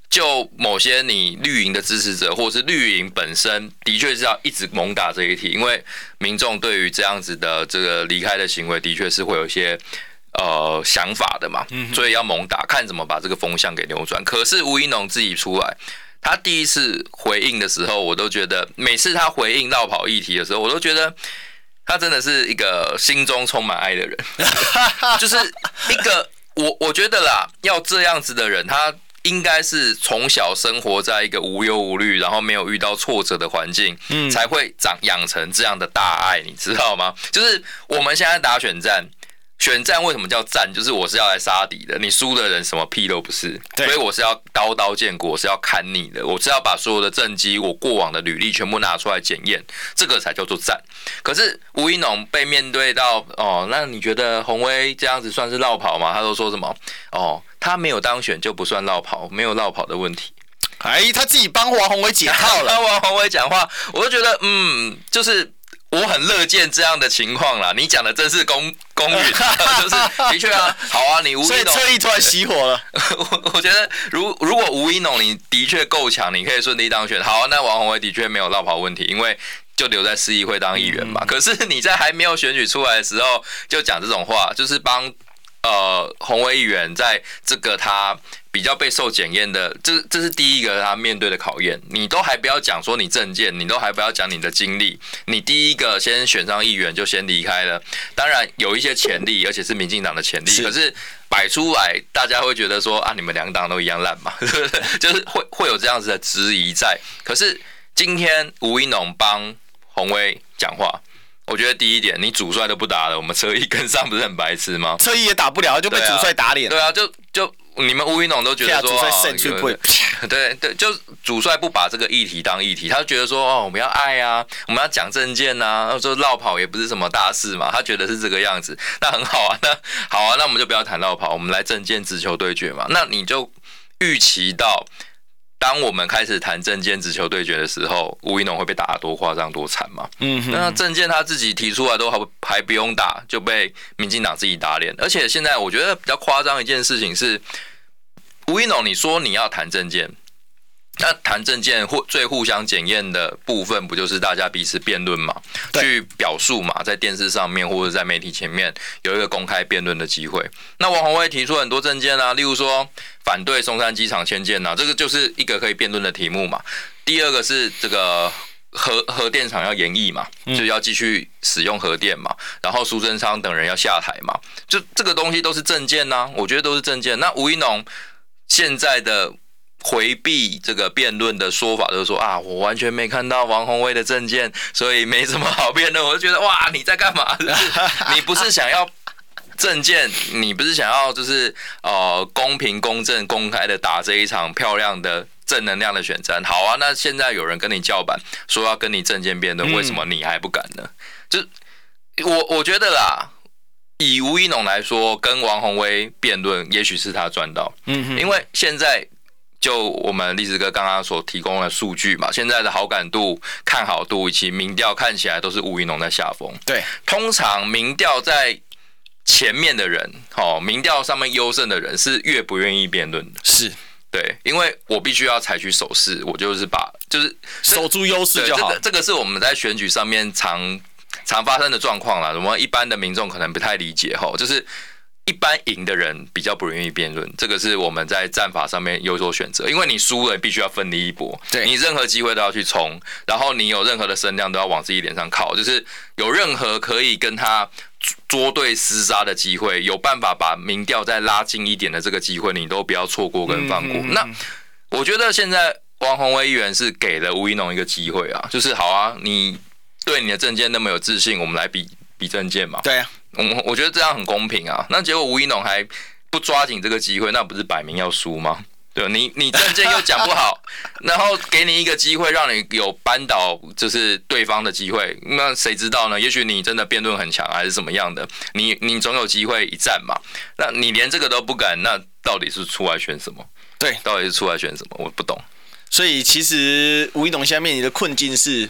S3: 就某些你绿营的支持者，或是绿营本身，的确是要一直猛打这一题，因为民众对于这样子的这个离开的行为，的确是会有一些呃想法的嘛，所以要猛打，看怎么把这个风向给扭转。可是吴怡农自己出来，他第一次回应的时候，我都觉得每次他回应绕跑议题的时候，我都觉得他真的是一个心中充满爱的人，就是一个我我觉得啦，要这样子的人，他应该是从小生活在一个无忧无虑，然后没有遇到挫折的环境，嗯，才会长养成这样的大爱，你知道吗？就是我们现在打选战，选战为什么叫战？就是我是要来杀敌的，你输的人什么屁都不是，所以我是要刀刀见骨，我是要砍你的，我是要把所有的政绩、我过往的履历全部拿出来检验，这个才叫做战。可是吴怡农被面对到哦，那你觉得洪威这样子算是落跑吗？他都说什么哦？他没有当选就不算落跑，没有落跑的问题。
S2: 哎，他自己帮王宏威解套了。
S3: 帮王宏威讲话，我就觉得，嗯，就是我很乐见这样的情况啦。你讲的真是公公允，就是的确啊，好啊，你吴怡农，
S2: 所以侧翼突然熄火了。
S3: 我我觉得如，如如果吴怡农你的确够强，你可以顺利当选。好、啊，那王宏威的确没有落跑问题，因为就留在市议会当议员嘛。嗯、可是你在还没有选举出来的时候就讲这种话，就是帮。呃，洪威议员在这个他比较备受检验的，这这是第一个他面对的考验。你都还不要讲说你政见，你都还不要讲你的经历，你第一个先选上议员就先离开了。当然有一些潜力，而且是民进党的潜力，可是摆出来，大家会觉得说啊，你们两党都一样烂嘛，就是会会有这样子的质疑在。可是今天吴怡农帮洪威讲话。我觉得第一点，你主帅都不打了，我们侧翼跟上不是很白痴吗？
S2: 侧翼也打不了，就被主帅打脸。
S3: 对啊，就就你们吴怡农都觉得说，
S2: 主帅胜出不会，
S3: 对对，就主帅不把这个议题当议题，他就觉得说哦，我们要爱啊，我们要讲政见啊，然后绕跑也不是什么大事嘛，他觉得是这个样子，那很好啊，那好啊，那我们就不要谈绕跑，我们来政见直球对决嘛，那你就预期到。当我们开始谈政见直球对决的时候，吴怡农会被打得多夸张多惨嘛？嗯，那政见他自己提出来都还还不用打，就被民进党自己打脸。而且现在我觉得比较夸张一件事情是，吴怡农你说你要谈政见，那谈政见互最互相检验的部分，不就是大家彼此辩论嘛，去表述嘛，在电视上面或者在媒体前面有一个公开辩论的机会。那王宏威提出很多政见啊，例如说反对松山机场迁建啊，这个就是一个可以辩论的题目嘛。第二个是这个核核电厂要延役嘛，就是要继续使用核电嘛，然后苏贞昌等人要下台嘛，就这个东西都是政见啊，我觉得都是政见。那吴怡农现在的。回避这个辩论的说法，就是说啊，我完全没看到王宏威的政见，所以没什么好辩论。我就觉得哇，你在干嘛？你不是想要政见，你不是想要就是呃公平、公正、公开的打这一场漂亮的正能量的选战？好啊，那现在有人跟你叫板，说要跟你政见辩论，为什么你还不敢呢？就我我觉得啦。以吴怡农来说，跟王宏威辩论，也许是他赚到，嗯，因为现在。就我们历史哥刚刚所提供的数据嘛，现在的好感度、看好度以及民调看起来都是吴怡农在下风。对，通常民调在前面的人，哦，民调上面优胜的人是越不愿意辩论的。是，对，因为我必须要采取守势，我就是把就是
S2: 守住优势就好。
S3: 这个这个是我们在选举上面常常发生的状况啦。我们一般的民众可能不太理解哈，就是。一般赢的人比较不愿意辩论，这个是我们在战法上面有所选择，因为你输了，你必须要奋力一搏，你任何机会都要去冲，然后你有任何的声量都要往自己脸上靠，就是有任何可以跟他捉对厮杀的机会，有办法把民调再拉近一点的这个机会，你都不要错过跟放过。嗯嗯嗯那我觉得现在王宏威议员是给了吴怡农一个机会啊，就是好啊，你对你的政见那么有自信，我们来比比政见嘛。对啊。我我觉得这样很公平啊，那结果吴怡农还不抓紧这个机会，那不是摆明要输吗？对，你你政见又讲不好，然后给你一个机会，让你有扳倒就是对方的机会，那谁知道呢？也许你真的辩论很强，还是什么样的，你你总有机会一战嘛。那你连这个都不敢，那到底是出来选什么？对，到底是出来选什么？我不懂。
S2: 所以其实吴怡农现在面临的困境是。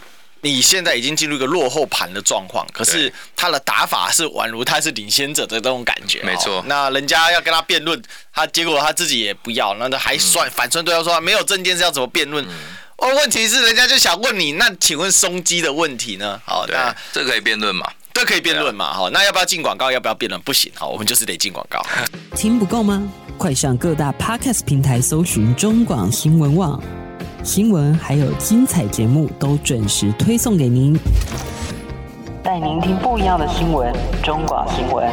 S2: 你现在已经进入一个落后盘的状况，可是他的打法是宛如他是领先者的这种感觉。
S3: 没错。
S2: 那人家要跟他辩论，他结果他自己也不要，那还算、嗯、反酸对他说没有证件是要怎么辩论？嗯哦，问题是人家就想问你，那请问松基的问题呢？好，那
S3: 这可以辩论嘛？
S2: 这可以辩论嘛？好，那要不要进广告？要不要辩论？不行，好，我们就是得进广告。
S5: 听不够吗？快上各大 Podcast 平台搜寻中广新闻网，新闻还有精彩节目都准时推送给您，带您听不一样的新闻。中广新闻。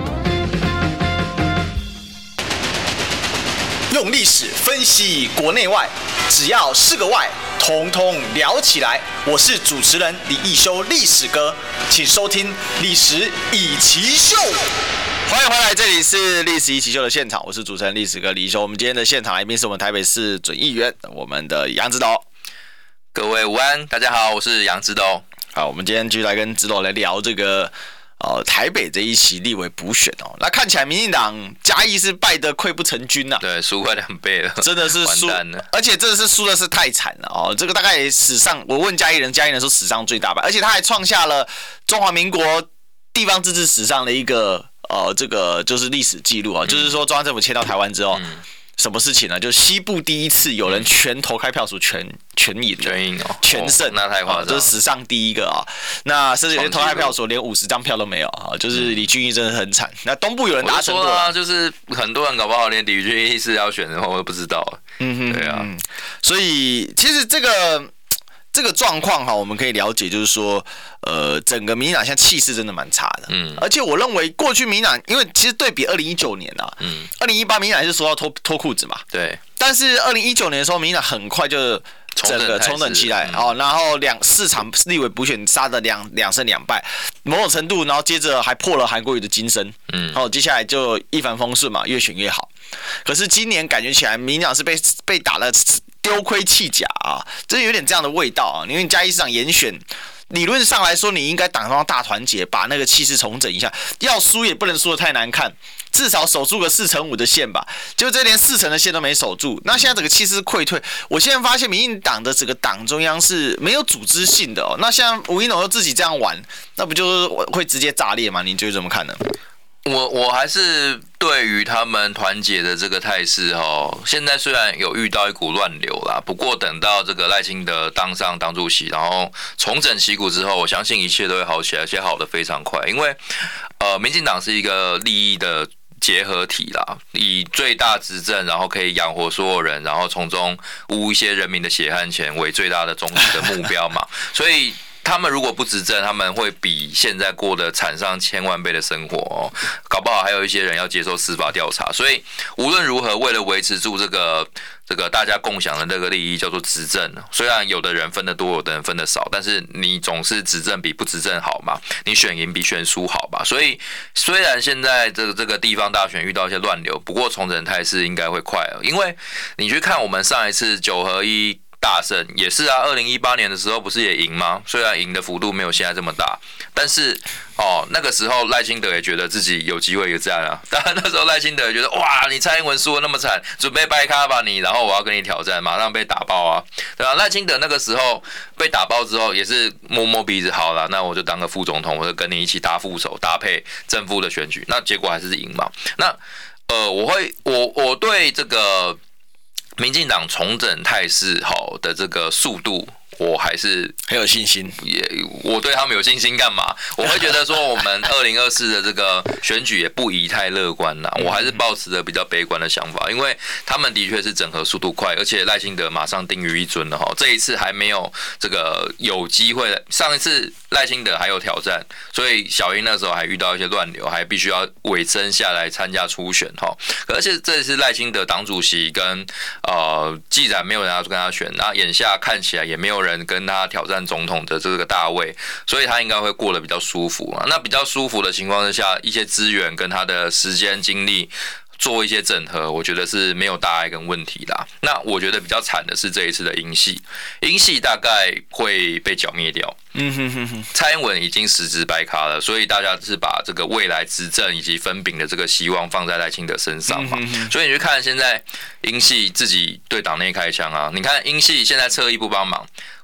S1: 用历史分析国内外，只要是个“外”，统统聊起来。我是主持人李义修，历史哥，请收听《历史一起秀》。
S2: 欢迎回来，这里是《历史一起秀》的现场，我是主持人历史哥李义修。我们今天的现场来宾是我们台北市准议员，我们的杨指导。
S3: 各位午安，大家好，我是杨指导。
S2: 好，我们今天继续来跟指导来聊这个。哦，台北这一期立委补选哦，那看起来民进党嘉义是败得溃不成军呐、啊，
S3: 对，输快两倍了，
S2: 真的是输，而且真的是输的是太惨了哦。这个大概史上，我问嘉义人，嘉义人说史上最大败，而且他还创下了中华民国地方自治史上的一个呃这个就是历史记录啊、哦嗯，就是说中央政府迁到台湾之后。嗯什么事情呢？就西部第一次有人全投开票数全全赢，
S3: 全赢哦，
S2: 全胜，
S3: 哦、那太夸张，
S2: 这、就是史上第一个啊、哦。那甚至有些投开票数连五十张票都没有啊，就是李俊毅真的很惨。那东部有人达成过
S3: 啊，就是很多人搞不好连李俊毅是要选的，我都不知道。嗯哼，对啊，
S2: 所以其实这个。这个状况哈，我们可以了解，就是说，呃，整个民进党现在气势真的蛮差的，嗯，而且我认为过去民进党，因为其实对比二零一九年啊，嗯，二零一八民进党还是说要脱脱裤子嘛，
S3: 对，
S2: 但是二零一九年的时候，民进党很快就整个重整起来，哦、嗯，然后两四场立委补选杀的两两胜两败，某种程度，然后接着还破了韩国瑜的金身，嗯，然后接下来就一帆风顺嘛，越选越好。可是今年感觉起来，民进党是被被打了。丢盔弃甲啊，真有点这样的味道啊！因为嘉义市长严选，理论上来说，你应该党中央大团结，把那个气势重整一下。要输也不能输得太难看，至少守住个四成五的线吧。就这连四成的线都没守住，那现在整个气势溃退。我现在发现民进党的整个党中央是没有组织性的哦。那像吴怡农又自己这样玩，那不就是会直接炸裂吗？你觉得怎么看呢？
S3: 我我还是对于他们团结的这个态势哦，现在虽然有遇到一股乱流啦，不过等到这个赖清德当上党主席，然后重整旗鼓之后，我相信一切都会好起来，而且好得非常快。因为呃，民进党是一个利益的结合体啦，以最大执政，然后可以养活所有人，然后从中污一些人民的血汗钱为最大的终极的目标嘛，所以。他们如果不执政，他们会比现在过得惨上千万倍的生活哦，搞不好还有一些人要接受司法调查。所以无论如何，为了维持住这个这个大家共享的这个利益，叫做执政。虽然有的人分得多，有的人分得少，但是你总是执政比不执政好嘛，你选赢比选输好吧。所以虽然现在这个这个地方大选遇到一些乱流，不过重整态势应该会快了，因为你去看我们上一次九合一。大胜也是啊，二零一八年的时候不是也赢吗？虽然赢的幅度没有现在这么大，但是哦，那个时候赖清德也觉得自己有机会一战啊。当然那时候赖清德也觉得哇，你蔡英文输得那么惨，准备掰咖吧你，然后我要跟你挑战，马上被打爆啊，对吧？赖清德那个时候被打爆之后，也是摸摸鼻子，好了，那我就当个副总统，我就跟你一起搭副手，搭配正副的选举，那结果还是赢嘛。那呃，我会我我对这个。民进党重整态势好的这个速度，我还是
S2: 很有信心。
S3: 也我对他们有信心干嘛？我会觉得说，我们二零二四的这个选举也不宜太乐观啦。我还是抱持着比较悲观的想法，因为他们的确是整合速度快，而且赖清德马上定于一尊了哈。这一次还没有这个有机会的，上一次赖清德还有挑战，所以小英那时候还遇到一些乱流，还必须要委身下来参加初选哈。而且这次赖清德党主席跟呃，既然没有人要跟他选，那眼下看起来也没有人跟他挑战总统的这个大位，所以他应该会过得比较舒服嘛。那比较舒服的情况之下，一些资源跟他的时间精力。做一些整合，我觉得是没有大碍跟问题啦。那我觉得比较惨的是这一次的英系，英系大概会被剿灭掉。嗯哼哼哼，蔡英文已经实质掰咖了，所以大家是把这个未来执政以及分饼的这个希望放在赖清德身上嘛。所以你去看现在英系自己对党内开枪啊，你看英系现在侧翼不帮忙。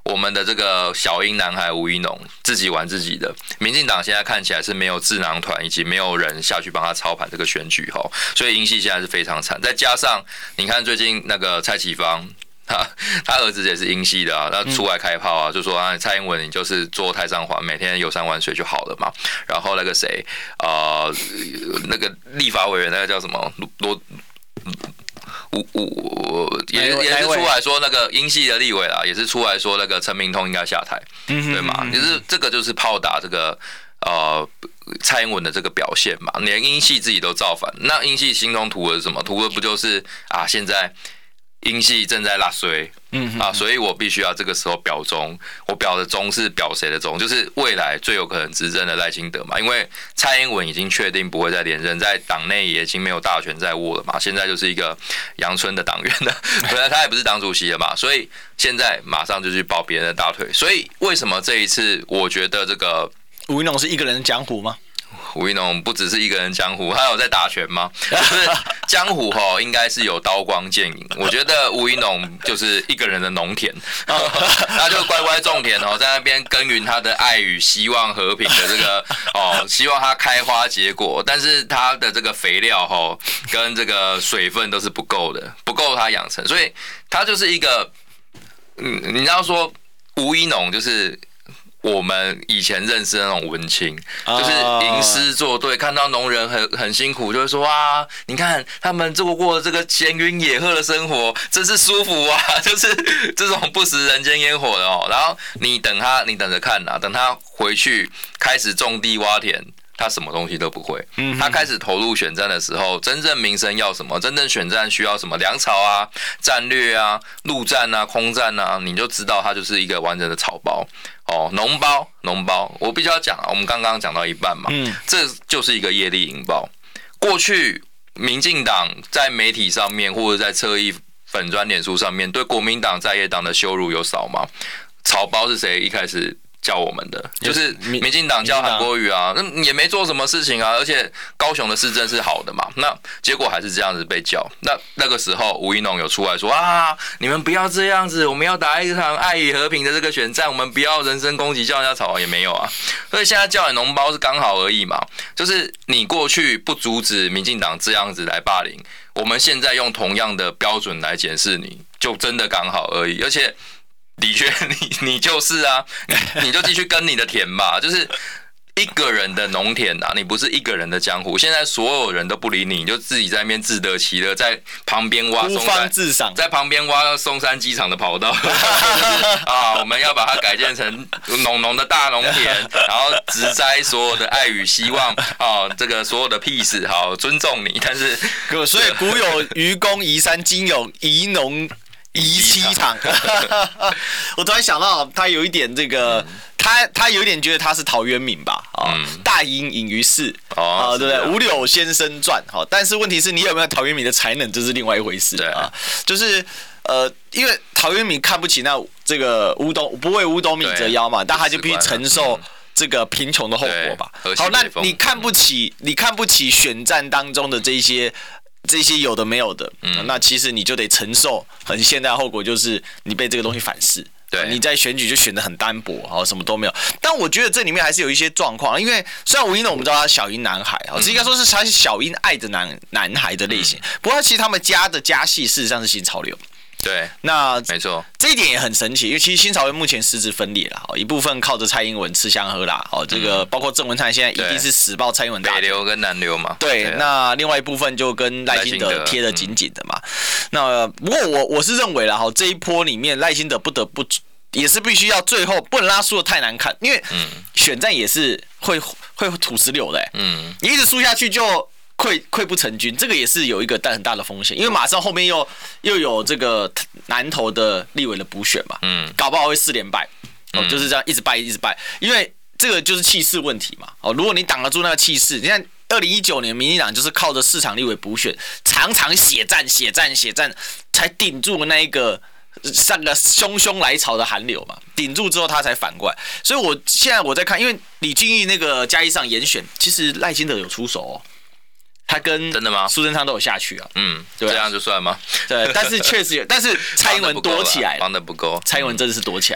S3: 我们的这个小英男孩吴怡农自己玩自己的，民进党现在看起来是没有智囊团，以及没有人下去帮他操盘这个选举哈，所以英系现在是非常惨。再加上你看最近那个蔡启芳。他他儿子也是英系的啊，那出来开炮啊，就说啊，蔡英文你就是做太上皇，每天游山玩水就好了嘛。然后那个谁，呃，那个立法委员那个叫什么罗吴吴也也是出来说那个英系的立委啦，也是出来说那个陈明通应该下台，对嘛？就是这个就是炮打这个呃蔡英文的这个表现嘛，连英系自己都造反，那英系心中图的是什么？图的不就是啊现在。英系正在拉衰，嗯啊，所以我必须要这个时候表忠。我表的忠是表谁的忠？就是未来最有可能执政的赖清德嘛。因为蔡英文已经确定不会再连任，在党内也已经没有大权在握了嘛。现在就是一个阳春的党员了，本来他也不是党主席了嘛，所以现在马上就去抱别人的大腿。所以为什么这一次我觉得这个
S2: 吴怡农是一个人的江湖吗？
S3: 吴怡农不只是一个人江湖，他有在打拳吗？就是江湖吼，应该是有刀光剑影。我觉得吴怡农就是一个人的农田，他就乖乖种田哦，在那边耕耘他的爱与希望和平的这个哦，希望它开花结果。但是他的这个肥料吼跟这个水分都是不够的，不够他养成，所以他就是一个，嗯，你知道说吴怡农就是。我们以前认识的那种文青，就是吟诗作对，看到农人很很辛苦，就会说哇，你看他们做过这个闲云野鹤的生活，真是舒服啊！就是这种不食人间烟火的哦。然后你等他，你等着看啊，等他回去开始种地挖田。他什么东西都不会，他开始投入选战的时候，真正民生要什么？真正选战需要什么？粮草啊、战略啊、陆战啊、空战啊，你就知道他就是一个完整的草包哦，脓包，脓包。我必须要讲啊，我们刚刚讲到一半嘛，嗯，这就是一个业力引爆。过去民进党在媒体上面或者在侧翼粉专脸书上面对国民党在野党的羞辱有少吗？草包是谁一开始？教我们的就是民进党教韩国瑜啊，那也没做什么事情啊，而且高雄的市政是好的嘛，那结果还是这样子被教。那那个时候吴怡农有出来说啊，你们不要这样子，我们要打一场爱与和平的这个选战，我们不要人身攻击，叫人家吵也没有啊。所以现在叫你脓包是刚好而已嘛，就是你过去不阻止民进党这样子来霸凌，我们现在用同样的标准来检视你，就真的刚好而已，而且。的确，你你就是啊，你就继续耕你的田吧，就是一个人的农田啊，你不是一个人的江湖。现在所有人都不理你，你就自己在那边自得其乐，在旁边挖松山，在旁边挖松山机场的跑道啊，我们要把它改建成浓浓的大农田，然后植栽所有的爱与希望啊，这个所有的 peace， 好尊重你，但是
S2: 所以古有愚公移山，今有移农。移七场，我突然想到，他有一点这个，嗯、他他有一点觉得他是陶渊明吧？啊、嗯，大隐隐于市，啊，对不对？五柳先生传，好，但是问题是你有没有陶渊明的才能，这是另外一回事啊。就是呃，因为陶渊明看不起那这个五斗，不为五斗米折腰嘛，但他就必须承受。这个贫穷的后果吧。好，那你看不起，你看不起选战当中的这些。这些有的没有的，嗯、那其实你就得承受很现在的后果，就是你被这个东西反噬。对，你在选举就选得很单薄，好，什么都没有。但我觉得这里面还是有一些状况，因为虽然吴怡农我们知道他小英男孩，啊，应该说是他是小英爱的男男孩的类型，嗯、不过其实他们家的家系事实上是新潮流。
S3: 对，
S2: 那
S3: 没错，
S2: 这一点也很神奇，因为其实新潮流目前实质分裂了，一部分靠着蔡英文吃香喝辣，哦，这个包括郑文灿现在一定是死抱蔡英文大腿，
S3: 北流跟南流嘛。
S2: 对，对啊、那另外一部分就跟赖清德贴得紧紧的嘛。嗯、那不过我我是认为啦，哈，这一波里面赖清德不得不也是必须要最后不能让他输得太难看，因为选战也是会会土石流的、欸，嗯，你一直输下去就。溃溃不成军，这个也是有一个很大的风险，因为马上后面又又有这个南投的立委的补选嘛，嗯，搞不好会四连败，哦，就是这样一直败一直败，因为这个就是气势问题嘛，哦，如果你挡得住那个气势，你看二零一九年民进党就是靠着市场立委补选，常常血战血战血战，才顶住那一个上个汹汹来潮的寒流嘛，顶住之后他才反过来，所以我现在我在看，因为李俊毅那个嘉义上严选，其实赖清德有出手哦。他跟
S3: 真的吗？
S2: 苏贞昌都有下去啊，
S3: 嗯，对，这样就算吗？
S2: 对，但是确实有，但是蔡英文躲起来了，
S3: 防得不够，
S2: 蔡英文真的是躲起来了啊。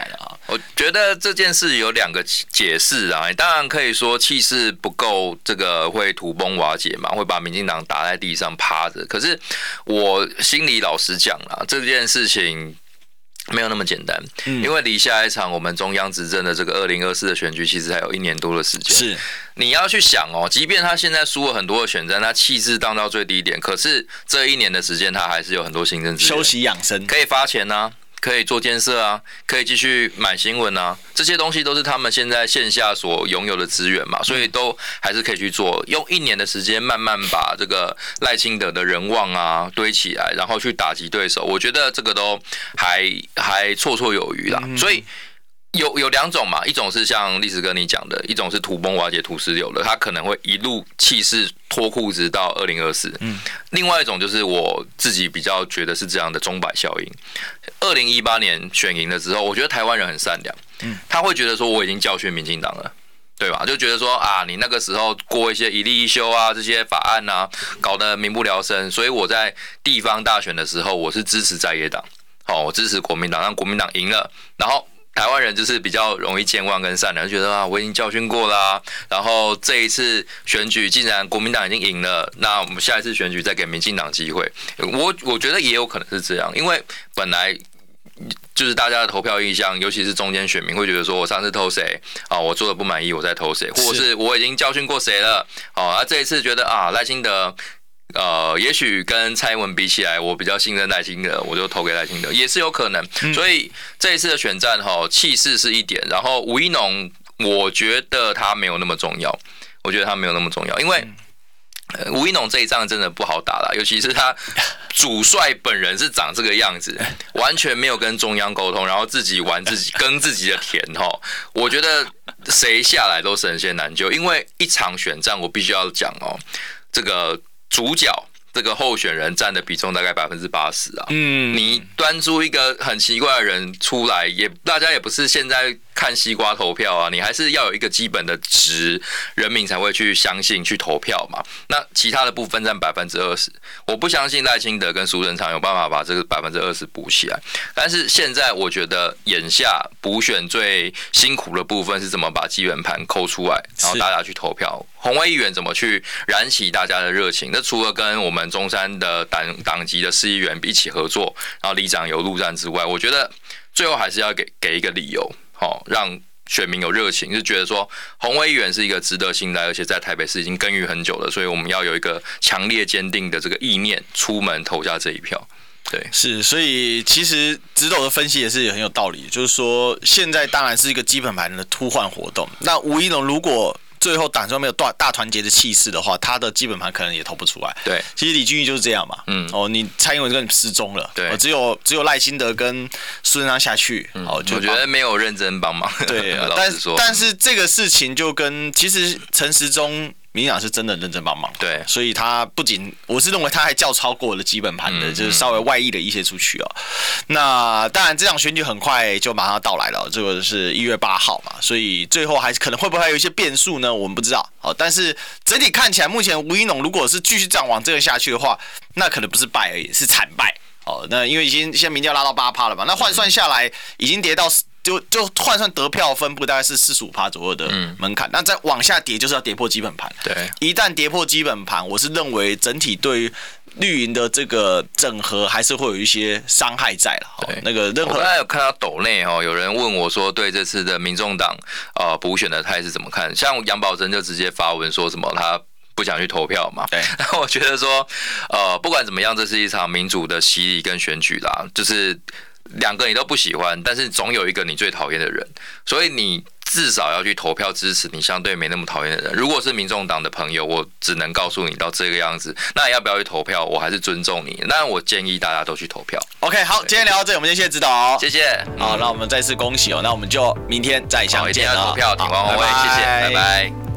S3: 我觉得这件事有两个解释啊，当然可以说气势不够，这个会土崩瓦解嘛，会把民进党打在地上趴着。可是我心里老实讲啦，这件事情没有那么简单，嗯、因为离下一场我们中央执政的这个二零二四的选举，其实还有一年多的时间。
S2: 是，
S3: 你要去想哦，即便他现在输了很多的选战，他气势荡到最低点，可是这一年的时间，他还是有很多行政资源
S2: 休息养生，
S3: 可以发钱啊。可以做建设啊，可以继续买新闻啊，这些东西都是他们现在线下所拥有的资源嘛，所以都还是可以去做。用一年的时间慢慢把这个赖清德的人望啊堆起来，然后去打击对手，我觉得这个都还还绰绰有余啦。所以有有两种嘛，一种是像历史哥你讲的，一种是土崩瓦解土石流的，他可能会一路气势脱裤子到二零二四。嗯，另外一种就是我自己比较觉得是这样的钟摆效应。二零一八年选赢了之后，我觉得台湾人很善良，嗯，他会觉得说我已经教训民进党了。对吧？就觉得说啊，你那个时候过一些一例一休啊，这些法案啊，搞得民不聊生，所以我在地方大选的时候，我是支持在野党，哦，我支持国民党，让国民党赢了，然后。台湾人就是比较容易健忘跟善良，觉得啊我已经教训过啦、啊，然后这一次选举既然国民党已经赢了，那我们下一次选举再给民进党机会。我我觉得也有可能是这样，因为本来就是大家的投票意向，尤其是中间选民会觉得说我上次投谁啊，我做的不满意，我再投谁，或者是我已经教训过谁了，哦、啊，这一次觉得啊赖清德。呃，也许跟蔡英文比起来，我比较信任赖清德，我就投给赖清德，也是有可能。嗯、所以这一次的选战哈，气势是一点，然后吴怡农，我觉得他没有那么重要，我觉得他没有那么重要，因为、呃、吴怡农这一仗真的不好打啦，尤其是他主帅本人是长这个样子，完全没有跟中央沟通，然后自己玩自己耕自己的田哈，我觉得谁下来都神仙难救，因为一场选战我必须要讲哦，这个。主角这个候选人占的比重大概百分之八十啊，嗯，你端出一个很奇怪的人出来，也大家也不是现在看西瓜投票啊，你还是要有一个基本的值，人民才会去相信去投票嘛。那其他的部分占百分之二十，我不相信赖清德跟苏贞昌有办法把这个百分之二十补起来。但是现在我觉得眼下补选最辛苦的部分是怎么把基本盘抠出来，然后大家去投票。红卫议员怎么去燃起大家的热情？那除了跟我们中山的党党籍的市议员一起合作，然后里长有陆战之外，我觉得最后还是要给给一个理由，好让选民有热情，就觉得说红卫议员是一个值得信赖，而且在台北市已经耕耘很久了，所以我们要有一个强烈坚定的这个意念，出门投下这一票。对，
S2: 是，所以其实直斗的分析也是很有道理，就是说现在当然是一个基本盘的突换活动，那吴怡农如果最后党中没有大大团结的气势的话，他的基本盘可能也投不出来。
S3: 对，
S2: 其实李俊毅就是这样嘛。嗯，哦，你蔡英文跟你失踪了，
S3: 对，
S2: 哦、只有只有赖清德跟苏贞昌下去，
S3: 嗯、
S2: 哦，就
S3: 我觉得没有认真帮忙。
S2: 对，但但是这个事情就跟其实陈时中。民进党是真的认真帮忙，
S3: 对，
S2: 所以他不仅我是认为他还较超过了基本盘的，嗯、就是稍微外溢了一些出去哦。那当然，这场选举很快就马上要到来了，这个是一月八号嘛，所以最后还是可能会不会还有一些变数呢？我们不知道。好，但是整体看起来，目前吴怡农如果是继续这样往这个下去的话，那可能不是败而已，是惨败。哦，那因为已经现在民调拉到八趴了嘛，那换算下来已经跌到。就就换算得票分布大概是四十五趴左右的门槛，嗯、那再往下跌就是要跌破基本盘。
S3: 对，
S2: 一旦跌破基本盘，我是认为整体对于绿营的这个整合还是会有一些伤害在了。
S3: 对，
S2: 那个任何
S3: 我刚才有看到斗内哦，有人问我说对这次的民众党呃补选的态势怎么看？像杨宝珍就直接发文说什么他。不想去投票嘛？对，然后我觉得说，呃，不管怎么样，这是一场民主的洗礼跟选举啦，就是两个你都不喜欢，但是总有一个你最讨厌的人，所以你至少要去投票支持你相对没那么讨厌的人。如果是民众党的朋友，我只能告诉你到这个样子，那要不要去投票，我还是尊重你。但我建议大家都去投票。
S2: OK， 好，今天聊到这里，我们先谢谢指导，
S3: 谢谢。
S2: 好，那我们再次恭喜哦，那我们就明天再相见了。
S3: 一定要投票，挺王宏威，谢谢，拜拜。